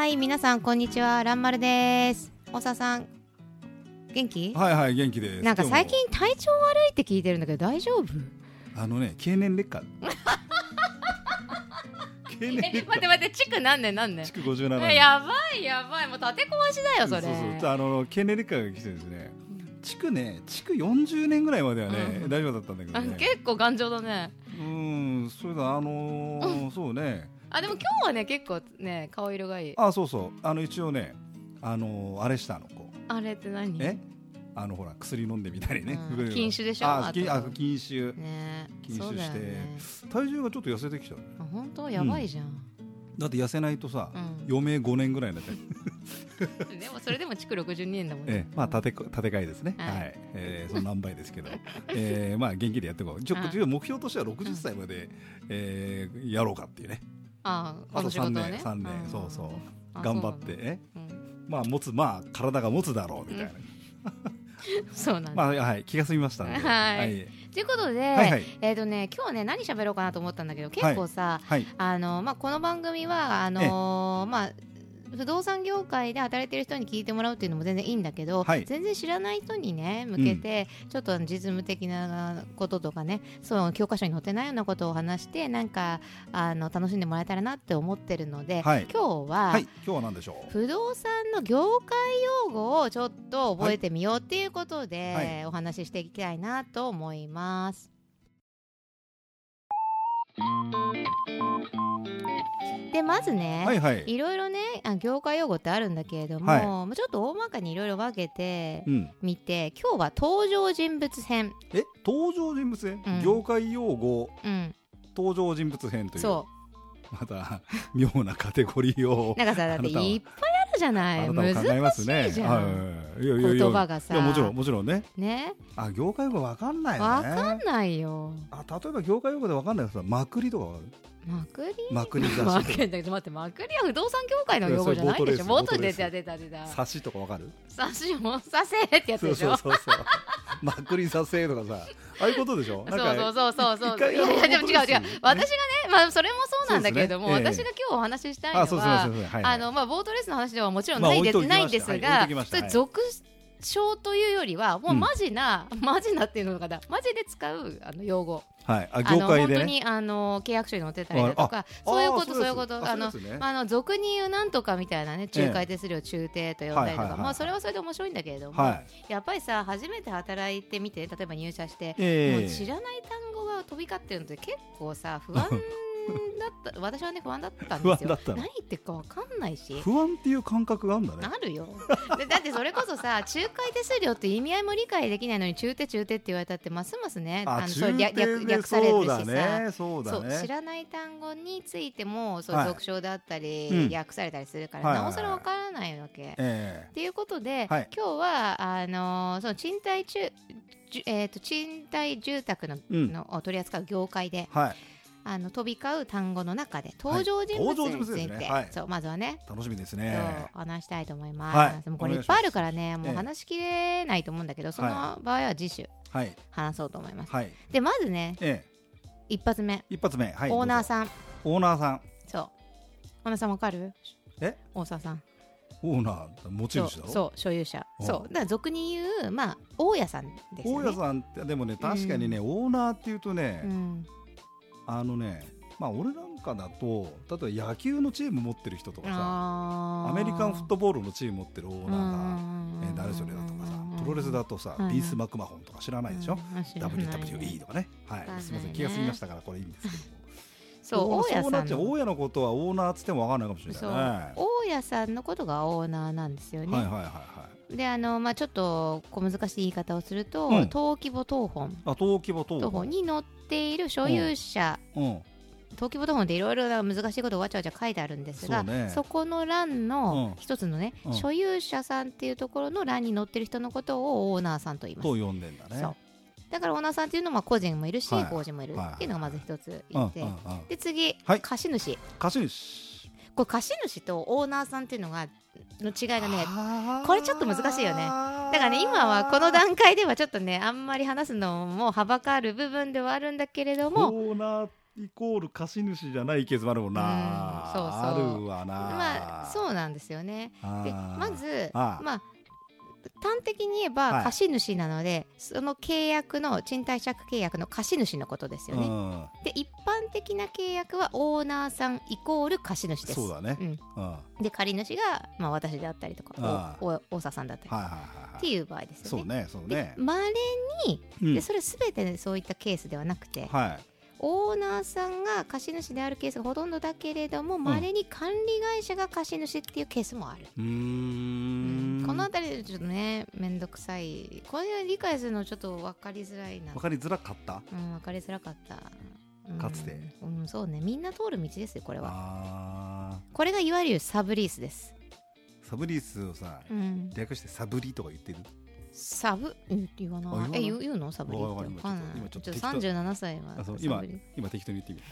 はい、皆さんこんにちは、らんまるです。大沢さん元気？ はいはい、元気です。 なんか最近体調悪いって聞いてるんだけど大丈夫？ 経年劣化経年劣化待って築何年？ 築57年。 やばいもう立て壊しだよそれ。 そう経年劣化が来てるんですね。築40年ぐらいまではね、大丈夫だったんだけどね。 結構頑丈だね。 それだそうね。 でも今日はね結構ね顔色がいい。 そうそう、一応ねあれしたのこう。 あれって何？ ほら薬飲んでみたりね。 禁酒でしょ？ 禁酒ね。 禁酒して、体重がちょっと痩せてきた。 本当やばいじゃん。 だって痩せないとさ、余命5年ぐらいになっちゃう。 でもそれでも築62年だもんね。 まあ建て替えですね。はい。その何倍ですけど、まあ元気でやっていこう。目標としては60歳までやろうかっていうね。 あと3年そうそう頑張ってまあ体が持つだろうみたいな。 そうなんです。 はい、気が済みましたね。 はい。ということで、今日ね何喋ろうかなと思ったんだけど、結構さ、この番組は不動産業界で働いてる人に聞いてもらうっていうのも全然いいんだけど、全然知らない人にね向けて、ちょっと実務的なこととかね、そう教科書に載ってないようなことを話して、なんか楽しんでもらえたらなって思ってるので、今日は何でしょう。 不動産の業界用語をちょっと覚えてみようっていうことで、お話ししていきたいなと思います。でまずね、いろいろね業界用語ってあるんだけれども、ちょっと大まかにいろいろ分けてみて、今日は登場人物編。 登場人物編、業界用語、登場人物編という、また妙なカテゴリーをなんかさ、だっていっぱいあるじゃゃない。難しいじゃん、言葉がさ。 もちろんね。業界用語わかんないよね。 わかんないよ。 例えば業界用語でわかんないのはまくりとかわかる？まくり雑誌。 待って、まくりは不動産業界の用語じゃないでしょ。もっと出た。 差しとかわかる？ 差しもさせってやつでしょ。 そうまくりさせとかさ、ああいうことでしょ。 そう。いやでも違う。私がね、それもそうなんだけれども、私が今日お話ししたいのは、ボートレースの話ではもちろんないですが、それ俗称というよりはもうマジなっていうのかな、マジで使う用語。 業界でね、 本当に契約書に載ってたりだとか、そういうこと俗に言うなんとかみたいなね、仲介手数料中定と呼んだりとか、それはそれで面白いんだけれども、やっぱりさ、初めて働いてみて、例えば入社して、もう知らない単語が飛び交ってるのって結構さ不安だった。私はね不安だったんですよ。何言ってるか分かんないし。 不安っていう感覚があるんだね。 あるよ。だってそれこそさ、仲介手数料って意味合いも理解できないのに中手って言われたってますますね、略されるしさ、そう知らない単語についてもそう俗称だったり、略されたりするから、なおさら分からないわけ。っていうことで、今日はその賃貸住宅のを取り扱う業界で、飛び交う単語の中で登場人物について、まずはね、 楽しみですね、 話したいと思います。でもこれいっぱいあるからね、もう話しきれないと思うんだけど、その場合は次週話そうと思います。でまずね、一発目、オーナーさん。そう、オーナーさんわかる？大沢さん。 オーナー、持ち主だろ。そう、 所有者。そう、だから俗に言う大家さんですよね。 大家さんってでもね、確かにね、オーナーっていうとね、俺なんかだと、例えば野球のチーム持ってる人とかさ、アメリカンフットボールのチーム持ってるオーナーが誰それだとかさ、プロレスだとさ、ビース・マクマホンとか知らないでしょ。WWE とかね。すみません、気が済みましたからこれいいんですけど。そう、大家のことはオーナーっつっても分からないかもしれないね。 大家さんのことがオーナーなんですよね。でちょっと難しい言い方をすると、登記簿謄本に載っている所有者、登記簿謄本っていろいろな難しいことをわちゃわちゃ書いてあるんですが、そこの欄の一つのね、所有者さんっていうところの欄に載ってる人のことをオーナーさんと言います。 と呼んでんだね。 だからオーナーさんっていうのは個人もいるし、法人もいるっていうのがまず一ついて、で次、貸主。これ貸主とオーナーさんっていうのがの違いがね、これちょっと難しいよね。だからね、今はこの段階ではちょっとね、あんまり話すのもはばかる部分ではあるんだけれども、 オーナーイコール貸主じゃないケースもあるもんな、 そうそうあるわな。 まあそうなんですよね。でまずまあ端的に言えば、 はい貸主なのでその契約の賃貸借契約の貸主のことですよね、で一般的な契約はオーナーさんイコール貸主です。 そうだね、 で借り主が、私であったりとか大沢さんだったりっていう場合ですよね。 そうねそうね。 で稀に、でそれは全てそういったケースではなくて、オーナーさんが貸主であるケースがほとんどだけれども、稀に管理会社が貸主っていうケースもある。このあたりでちょっとね面倒くさい、これを理解するのちょっと分かりづらいな。 分かりづらかった、 分かりづらかった、 かつて、 そうね、みんな通る道ですよこれは。これがいわゆるサブリースです。 サブリースをさ、略してサブリとか言ってる。 サブ言わない。言うのサブリって。今ちょっと37歳は今適当に言ってみる。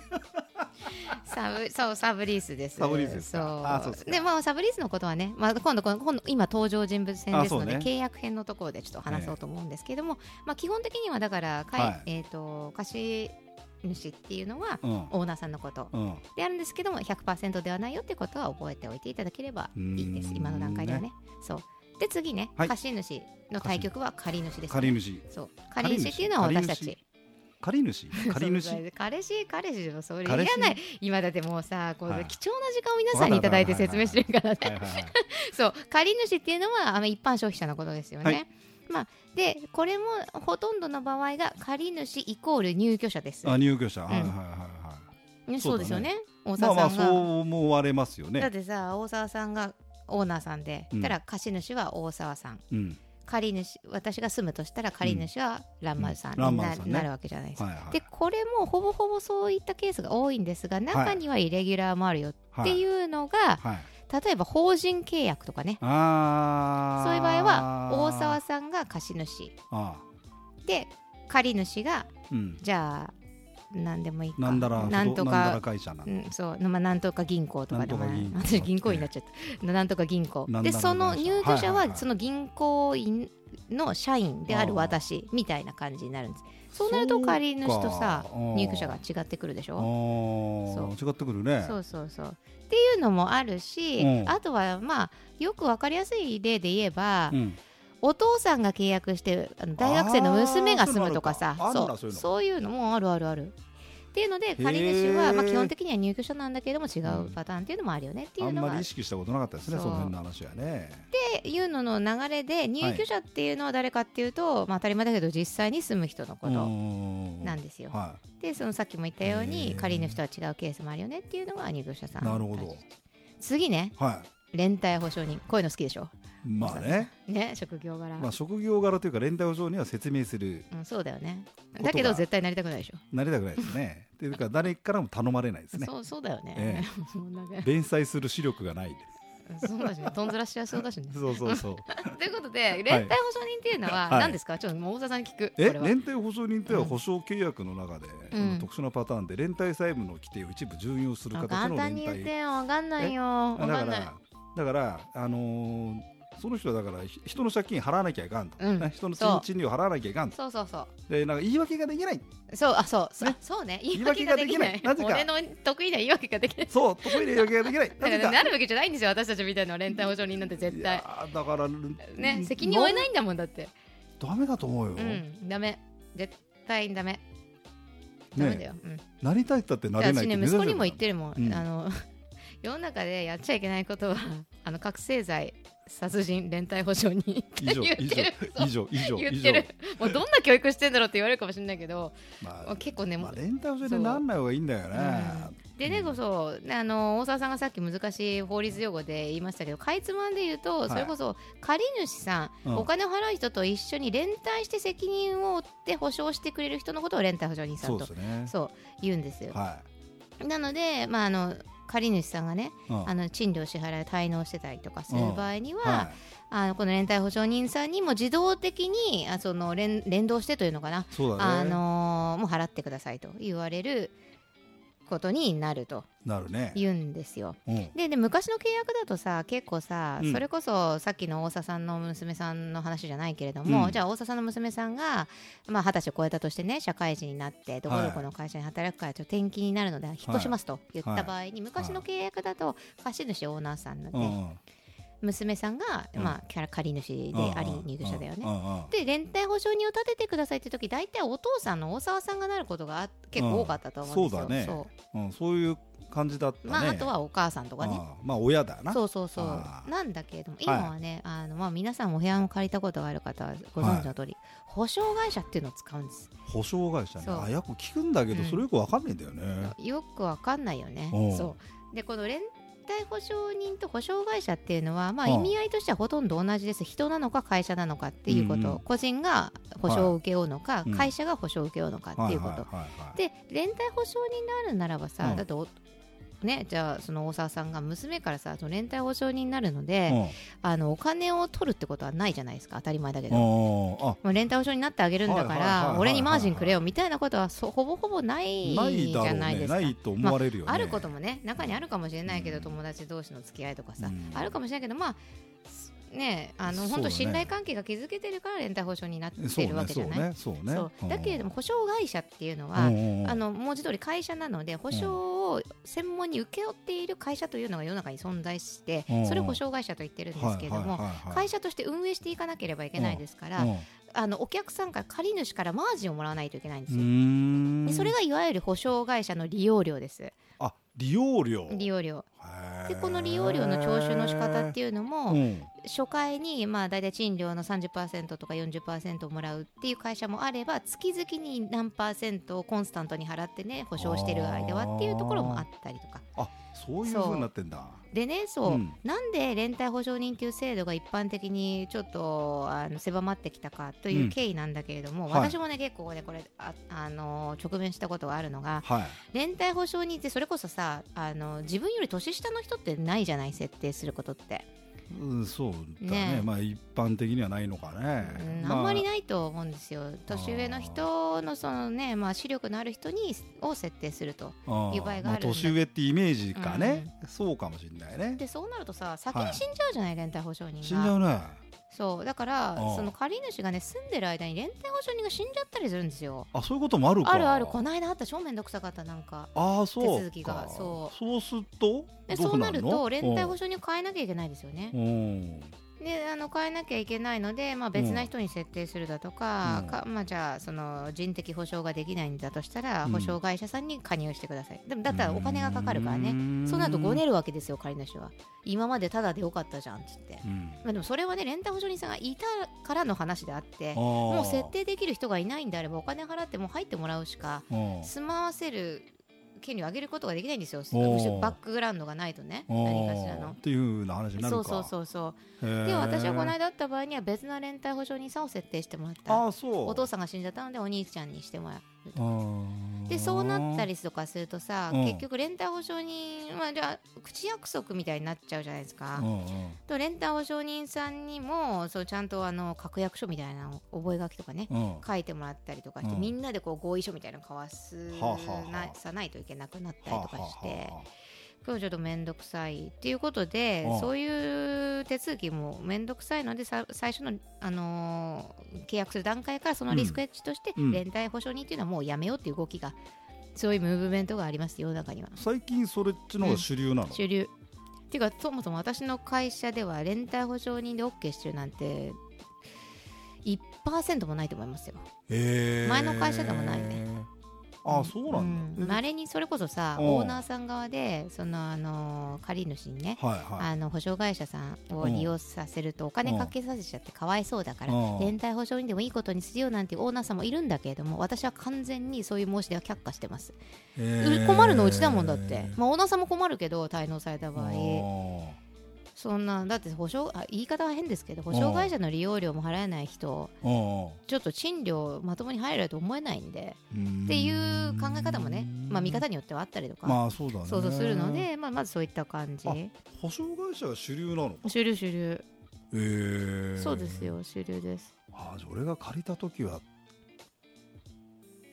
サブリースです。 サブリースですか。 でサブリースのことはね、今度今登場人物編ですので、契約編のところでちょっと話そうと思うんですけれども、基本的にはだから貸主っていうのはオーナーさんのことであるんですけども、100% ではないよってことは覚えておいていただければいいです。今の段階ではね。そうで次ね、貸主の対局は借り主ですね。 借り主。 そう借り主っていうのは私たち。 借り主彼氏もそれいらない。今だってもうさ、貴重な時間を皆さんにいただいて説明してるからね。そう借り主っていうのは一般消費者のことですよね。でこれもほとんどの場合が借り主イコール入居者です。 入居者、 そうですよね。大沢さんがそう思われますよね。 だってさ、大沢さんがオーナーさんで、たら貸主は大沢さん、借り主、私が住むとしたら借り主は蘭丸さんになるわけじゃないですか。でこれもほぼほぼそういったケースが多いんですが、中にはイレギュラーもあるよっていうのが、例えば法人契約とかね、そういう場合は大沢さんが貸主で借り主が、じゃあ何でもいいか、 なんとか会社なんとか銀行とかでも、私銀行員になっちゃった。なんとか銀行で、その入居者はその銀行員の社員である私みたいな感じになるんです。そうなると借り主とさ入居者が違ってくるでしょ。 違ってくるね。 そうっていうのもあるし、あとはよく分かりやすい例で言えば、お父さんが契約して大学生の娘が住むとかさ、そういうのもあるっていうので、借り主は基本的には入居者なんだけれども違うパターンっていうのもあるよねっていうのは、 あんまり意識したことなかったですね、その辺の話はね。 っていうのの流れで、入居者っていうのは誰かっていうと、当たり前だけど実際に住む人のことなんですよ。でそのさっきも言ったように借り主とは違うケースもあるよねっていうのが入居者さん。 なるほど。 次ね、連帯保証人、こういうの好きでしょ。職業柄、 職業柄というか連帯保証人は説明する、 そうだよね。だけど絶対なりたくないでしょ。 なりたくないですね。というか誰からも頼まれないですね。 そうだよね。 弁済する視力がない。 そうだしね、とんずらしやすそうだしね。 そうということで、連帯保証人っていうのは何ですか。ちょっと大沢さんに聞く。 連帯保証人っては保証契約の中で特殊なパターンで連帯債務の規定を一部準用する形の連帯。 簡単に言ってよ、分かんないよ。 だからその人はだから人の借金払わなきゃいかんと、人の賃料払わなきゃいかんと。で言い訳ができない。そうね、言い訳ができない。なぜか俺の得意な言い訳ができない。得意な言い訳ができない。だからなるわけじゃないんですよ、私たちみたいな連帯保証人なんて絶対。だからね、責任負えないんだもん。だってダメだと思うよ。ダメ、絶対ダメだよ。なりたいったってなれないって。息子にも言ってるもん。世の中でやっちゃいけないことは覚醒剤、殺人、連帯保証人って言ってる。もうどんな教育してんだろうって言われるかもしれないけど、結構ね、連帯保証人になんない方がいいんだよね。でね、大沢さんがさっき難しい法律用語で言いましたけど、かいつまんで言うと、それこそ借り主さん、お金を払う人と一緒に連帯して責任を負って保証してくれる人のことを連帯保証人さんと言うんですよ。なので借り主さんがね、賃料支払い滞納してたりとかする場合には、この連帯保証人さんにも自動的に連動してというのかな、もう払ってくださいと言われることになると言うんですよ。で昔の契約だとさ結構さ、それこそさっきの大佐さんの娘さんの話じゃないけれども、じゃあ大佐さんの娘さんが、20歳を超えたとしてね社会人になってどこどこの会社に働くからちょっと転勤になるので引っ越しますと言った場合に、昔の契約だと貸主オーナーさんなんで、娘さんが、借り主であり入居者だよね。で連帯保証人を立ててくださいって時大体お父さんの大沢さんがなることが結構多かったと思うんですよ。 そうだね。そういう感じだったね。 あとはお母さんとかね。 親だな。 そうなんだけれども今はね、皆さんお部屋も借りたことがある方はご存知の通り、保証会社っていうのを使うんです。 保証会社ね。よく聞くんだけど、それよくわかんないんだよね。 よくわかんないよね。そうでこの連帯保証人と保証会社っていうのは、意味合いとしてはほとんど同じです。人なのか会社なのかっていうこと、個人が保証を受けようのか、会社が保証を受けようのかっていうこと、で連帯保証人であるならばさ、だってじゃあその大沢さんが娘からさその連帯保証人になるので、お金を取るってことはないじゃないですか。当たり前だけど、もう連帯保証人になってあげるんだから俺にマージンくれよみたいなことはほぼほぼないじゃないですか。 ないと思われるよね。 あることもね中にあるかもしれないけど、友達同士の付き合いとかさ、あるかもしれないけど本当信頼関係が築けてるから連帯保証になってるわけじゃない。だけれども保証会社っていうのは文字通り会社なので保証を専門に請け負っている会社というのが世の中に存在してそれを保証会社と言ってるんですけれども、会社として運営していかなければいけないですからお客さんから借り主からマージンをもらわないといけないんですよ。でそれがいわゆる保証会社の利用料です。 利用料でこの利用料の徴収の仕方っていうのも、初回にだいたい賃料の 30% とか 40% もらうっていう会社もあれば月々に何%をコンスタントに払ってね保証してる間はっていうところもあったりとか。 そういう風になってんだ。 でねなんで連帯保証人っていう制度が一般的にちょっと狭まってきたかという経緯なんだけれども、私もね結構ねこれ直面したことがあるのが、連帯保証人ってそれこそさ自分より年下の人ってないじゃない、設定することって。 そうだね。一般的にはないのかね。 あんまりないと思うんですよ。年上の人のそのね視力のある人を設定するという場合があるんだ。 年上ってイメージかね。そうかもしれないね。 でそうなるとさ先に死んじゃうじゃない、連帯保証人が。 死んじゃうね。 そうだからその借り主がね住んでる間に連帯保証人が死んじゃったりするんですよ。 そういうこともあるか。 あるこの間あった。超めんどくさかった。なんか手続きが。 そうするとそうなると連帯保証人を変えなきゃいけないですよね。で変えなきゃいけないので、別な人に設定するだとか、じゃあその人的保証ができないんだとしたら、保証会社さんに加入してください。でもだったらお金がかかるからね。そうなるとごねるわけですよ、借り主は。今までタダでよかったじゃんっつって、でもそれはね連帯保証人さんがいたからの話であって、もう設定できる人がいないんであればお金払っても入ってもらうしか住まわせる権利を上げることができないんですよ。バックグラウンドがないとね、何かしらのっていう風な話になるか。 そうで私はこの間会った場合には別な連帯保証人さんを設定してもらった。お父さんが死んじゃったのでお兄ちゃんにしてもらう。でそうなったりとかするとさ、結局連帯保証人じゃあ口約束みたいになっちゃうじゃないですか。と連帯保証人さんにもちゃんと確約書みたいな覚書とかね、書いてもらったりとかして、みんなで合意書みたいなの交わさないといけなくなったりとかして、今日ちょっと面倒くさいっていうことで、そういう手続きも面倒くさいので最初の、契約する段階からそのリスクエッジとして連帯保証人っていうのはもうやめようっていう動きが、そういうムーブメントがあります世の中には。 最近それっちのが主流なの？ 主流っていうか、そもそも私の会社では連帯保証人で OK してるなんて 1% もないと思いますよ。前の会社でもないね。 そうなんだ。 稀にそれこそさ、オーナーさん側でその借り主にね、保証会社さんを利用させるとお金かけさせちゃってかわいそうだから連帯保証人でもいいことにするよなんていうオーナーさんもいるんだけれども、私は完全にそういう申し出は却下してます。困るのうちだもんだって。オーナーさんも困るけど滞納された場合そんなだって言い方は変ですけど、保証会社の利用料も払えない人ちょっと賃料まともに入ると思えないんでっていう考え方もね、見方によってはあったりとかそうだね、 想像するので、まずそういった感じ。 保証会社が主流なの？ 主流そうですよ、主流です。 じゃあ俺が借りた時は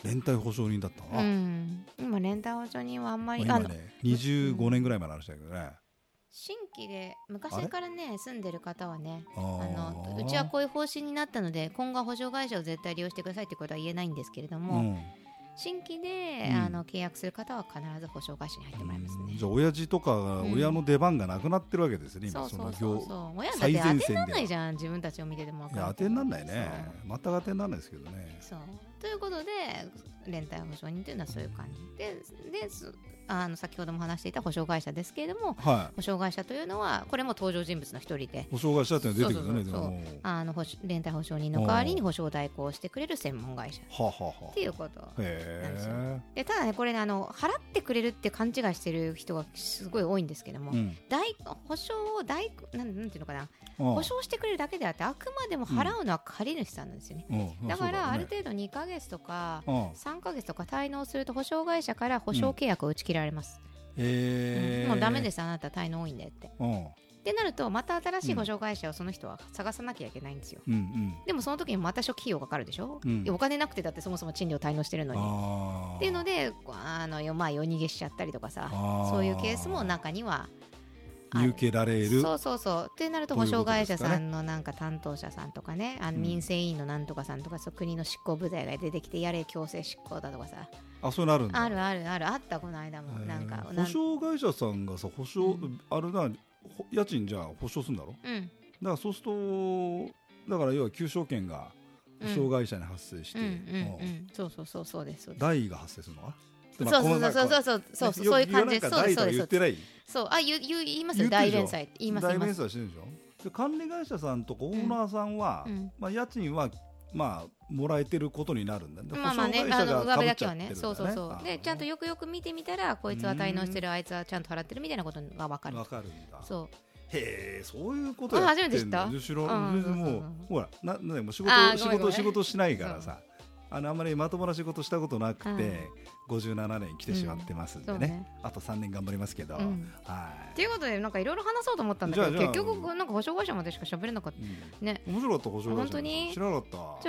連帯保証人だったな、 今連帯保証人はあんまり今ね25年ぐらい前の話だけどね、 新規で昔からね住んでる方はねうちはこういう方針になったので今後は保証会社を絶対利用してくださいってことは言えないんですけれども、新規で、契約する方は必ず保証会社に入ってもらいますね。 じゃあ親父とか親の出番がなくなってるわけですね、今その親だって当てにならないじゃん、自分たちを見てても分かる。 当てにならないね、全く当てにならないですけどね。 そうということで連帯保証人というのはそういう感じで先ほども話していた保証会社ですけれども、保証会社というのはこれも登場人物の一人で、 保証会社っていうのは出てくるね。 連帯保証人の代わりに保証代行をしてくれる専門会社っていうことなんですよ。でただねこれね払ってくれるって勘違いしてる人がすごい多いんですけども、保証をなんていうのかな、保証してくれるだけであってあくまでも払うのは借り主さんなんですよね。だからある程度2ヶ月とか3ヶ月とか滞納すると保証会社から保証契約を打ち切られます。もうダメです、あなた滞納多いんでってってなるとまた新しい保証会社をその人は探さなきゃいけないんですよ。でもその時にまた初期費用がかかるでしょ、お金なくてだってそもそも賃料滞納してるのにっていうので夜逃げしちゃったりとかさ、そういうケースも中には見受けられる。 そうってなると保証会社さんのなんか担当者さんとかね、民生委員のなんとかさんとか国の執行部隊が出てきてやれ強制執行だとかさ、 そうなるんだ。 あるあったこの間もなんか保証会社さんがさ保証、あれな家賃じゃあ保証するんだろ、だからそうするとだから要は求償権が保証会社に発生して、 そうです。 代が発生するのか。 そういう感じです。そう言いますよ、大連載言います。 大連載してるでしょ。管理会社さんとかオーナーさんは家賃はもらえてることになるんだね。 上辺だけはね。そうでちゃんとよくよく見てみたらこいつは滞納してる、あいつはちゃんと払ってるみたいなことが分かるんだ。 へえ、そういうことやってんだ。初めて知った。もうほら仕事しないからさ、あんまりまともな仕事したことなくて57年来てしまってますんでね、あと3年頑張りますけど。 ということでなんかいろいろ話そうと思ったんだけど結局なんか保証会社までしか喋れなかったね。 面白かった。保証会社本当に知らなかった。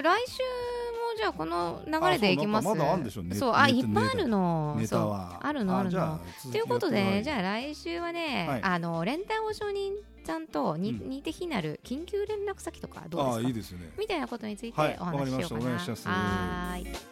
来週もじゃあこの流れでいきます。 まだあるんでしょうね。 いっぱいあるの。 ネタはあるの。ということでじゃあ来週はね連帯保証人さんと似て非なる緊急連絡先とかどうですか、いいですね、みたいなことについてお話ししようかな。 わかりました。お願いします。